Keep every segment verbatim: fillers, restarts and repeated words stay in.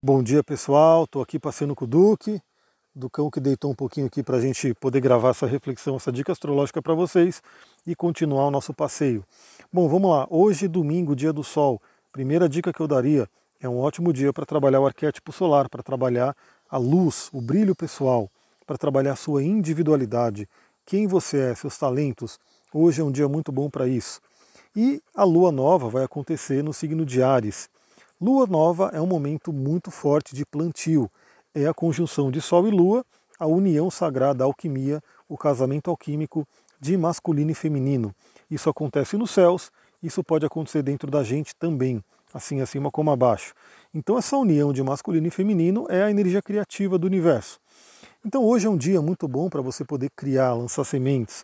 Bom dia, pessoal. Estou aqui passeando com o Duque, Ducão que deitou um pouquinho aqui para a gente poder gravar essa reflexão, essa dica astrológica para vocês e continuar o nosso passeio. Bom, vamos lá. Hoje, domingo, dia do Sol. Primeira dica que eu daria é um ótimo dia para trabalhar o arquétipo solar, para trabalhar a luz, o brilho pessoal, para trabalhar a sua individualidade, quem você é, seus talentos. Hoje é um dia muito bom para isso. E a lua nova vai acontecer no signo de Áries. Lua nova é um momento muito forte de plantio. É a conjunção de Sol e Lua, a união sagrada, a alquimia, o casamento alquímico de masculino e feminino. Isso acontece nos céus, isso pode acontecer dentro da gente também, assim acima como abaixo. Então essa união de masculino e feminino é a energia criativa do universo. Então hoje é um dia muito bom para você poder criar, lançar sementes.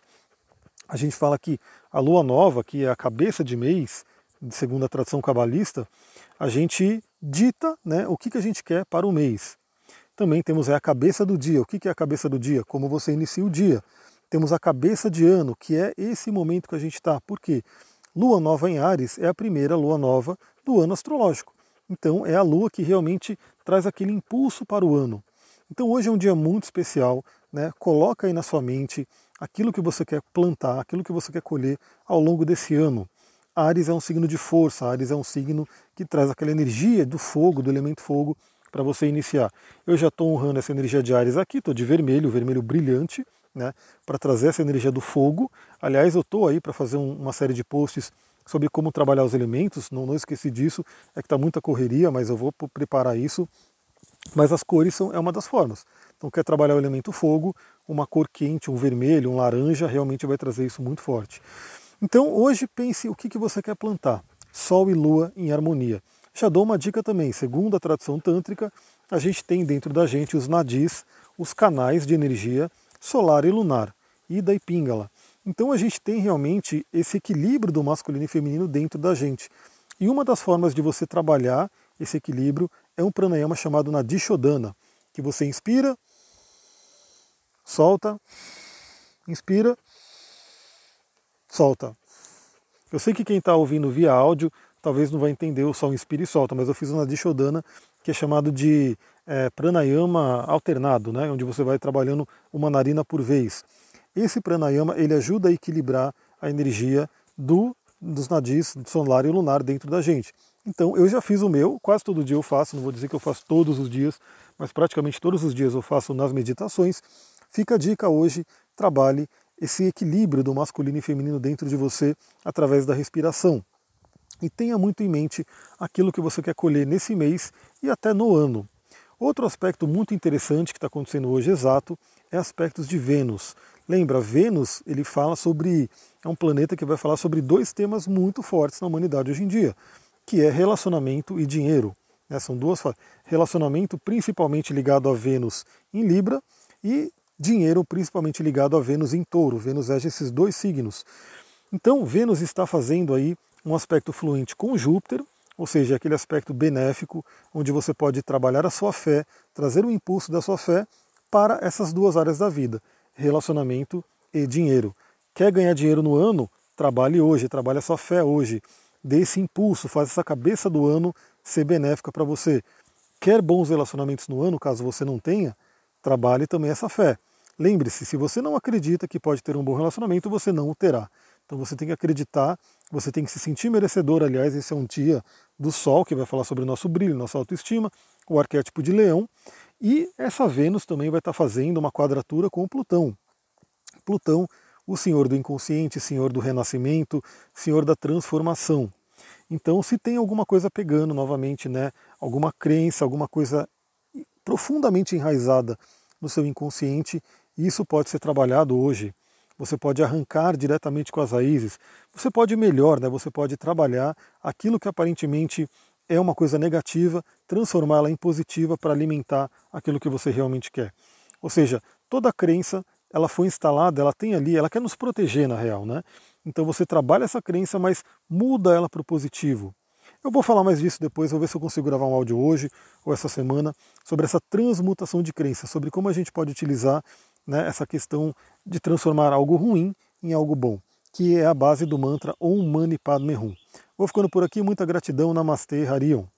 A gente fala que a lua nova, que é a cabeça de mês, segundo a tradição cabalista, a gente dita, né, o que, que a gente quer para o mês. Também temos a cabeça do dia. O que, que é a cabeça do dia? Como você inicia o dia. Temos a cabeça de ano, que é esse momento que a gente está. Por quê? Lua nova em Áries é a primeira lua nova do ano astrológico. Então é a lua que realmente traz aquele impulso para o ano. Então hoje é um dia muito especial, né? Coloca aí na sua mente aquilo que você quer plantar, aquilo que você quer colher ao longo desse ano. Áries é um signo de força, Áries é um signo que traz aquela energia do fogo, do elemento fogo, para você iniciar. Eu já estou honrando essa energia de Áries aqui, estou de vermelho, vermelho brilhante, né, para trazer essa energia do fogo. Aliás, eu estou aí para fazer um, uma série de posts sobre como trabalhar os elementos, não, não esqueci disso, é que está muita correria, mas eu vou preparar isso. Mas as cores são, é uma das formas. Então, quer trabalhar o elemento fogo, uma cor quente, um vermelho, um laranja, realmente vai trazer isso muito forte. Então hoje pense o que, que você quer plantar. Sol e Lua em harmonia. Já dou uma dica também, segundo a tradição tântrica, a gente tem dentro da gente os nadis, os canais de energia solar e lunar, Ida e Pingala. Então a gente tem realmente esse equilíbrio do masculino e feminino dentro da gente. E uma das formas de você trabalhar esse equilíbrio é um pranayama chamado Nadi Shodhana, que você inspira, solta, inspira, solta. Eu sei que quem está ouvindo via áudio talvez não vai entender o som inspira e solta, mas eu fiz uma Nadi Shodhana que é chamado de é, pranayama alternado, né, onde você vai trabalhando uma narina por vez. Esse pranayama ele ajuda a equilibrar a energia do, dos nadis solar e lunar dentro da gente. Então eu já fiz o meu, quase todo dia eu faço, não vou dizer que eu faço todos os dias, mas praticamente todos os dias eu faço nas meditações. Fica a dica hoje, trabalhe esse equilíbrio do masculino e feminino dentro de você através da respiração. E tenha muito em mente aquilo que você quer colher nesse mês e até no ano. Outro aspecto muito interessante que está acontecendo hoje exato é aspectos de Vênus. Lembra, Vênus ele fala sobre, é um planeta que vai falar sobre dois temas muito fortes na humanidade hoje em dia, que é relacionamento e dinheiro. Né? São duas relacionamento principalmente ligado a Vênus em Libra e dinheiro principalmente ligado a Vênus em Touro. Vênus rege esses dois signos. Então, Vênus está fazendo aí um aspecto fluente com Júpiter, ou seja, aquele aspecto benéfico, onde você pode trabalhar a sua fé, trazer o impulso da sua fé para essas duas áreas da vida, relacionamento e dinheiro. Quer ganhar dinheiro no ano? Trabalhe hoje, trabalhe a sua fé hoje. Dê esse impulso, faz essa cabeça do ano ser benéfica para você. Quer bons relacionamentos no ano, caso você não tenha? Trabalhe também essa fé. Lembre-se, se você não acredita que pode ter um bom relacionamento, você não o terá. Então você tem que acreditar, você tem que se sentir merecedor. Aliás, esse é um dia do Sol, que vai falar sobre o nosso brilho, nossa autoestima, o arquétipo de Leão. E essa Vênus também vai estar fazendo uma quadratura com o Plutão. Plutão, o senhor do inconsciente, senhor do renascimento, senhor da transformação. Então, se tem alguma coisa pegando novamente, né, alguma crença, alguma coisa profundamente enraizada no seu inconsciente, isso pode ser trabalhado hoje. Você pode arrancar diretamente com as raízes. Você pode melhor, né? Você pode trabalhar aquilo que aparentemente é uma coisa negativa, transformá-la em positiva para alimentar aquilo que você realmente quer. Ou seja, toda crença, ela foi instalada, ela tem ali, ela quer nos proteger na real, né? Então você trabalha essa crença, mas muda ela para o positivo. Eu vou falar mais disso depois, vou ver se eu consigo gravar um áudio hoje ou essa semana sobre essa transmutação de crença, sobre como a gente pode utilizar, né, essa questão de transformar algo ruim em algo bom, que é a base do mantra Om Mani Padme Hum. Vou ficando por aqui, muita gratidão, Namastê, Harion.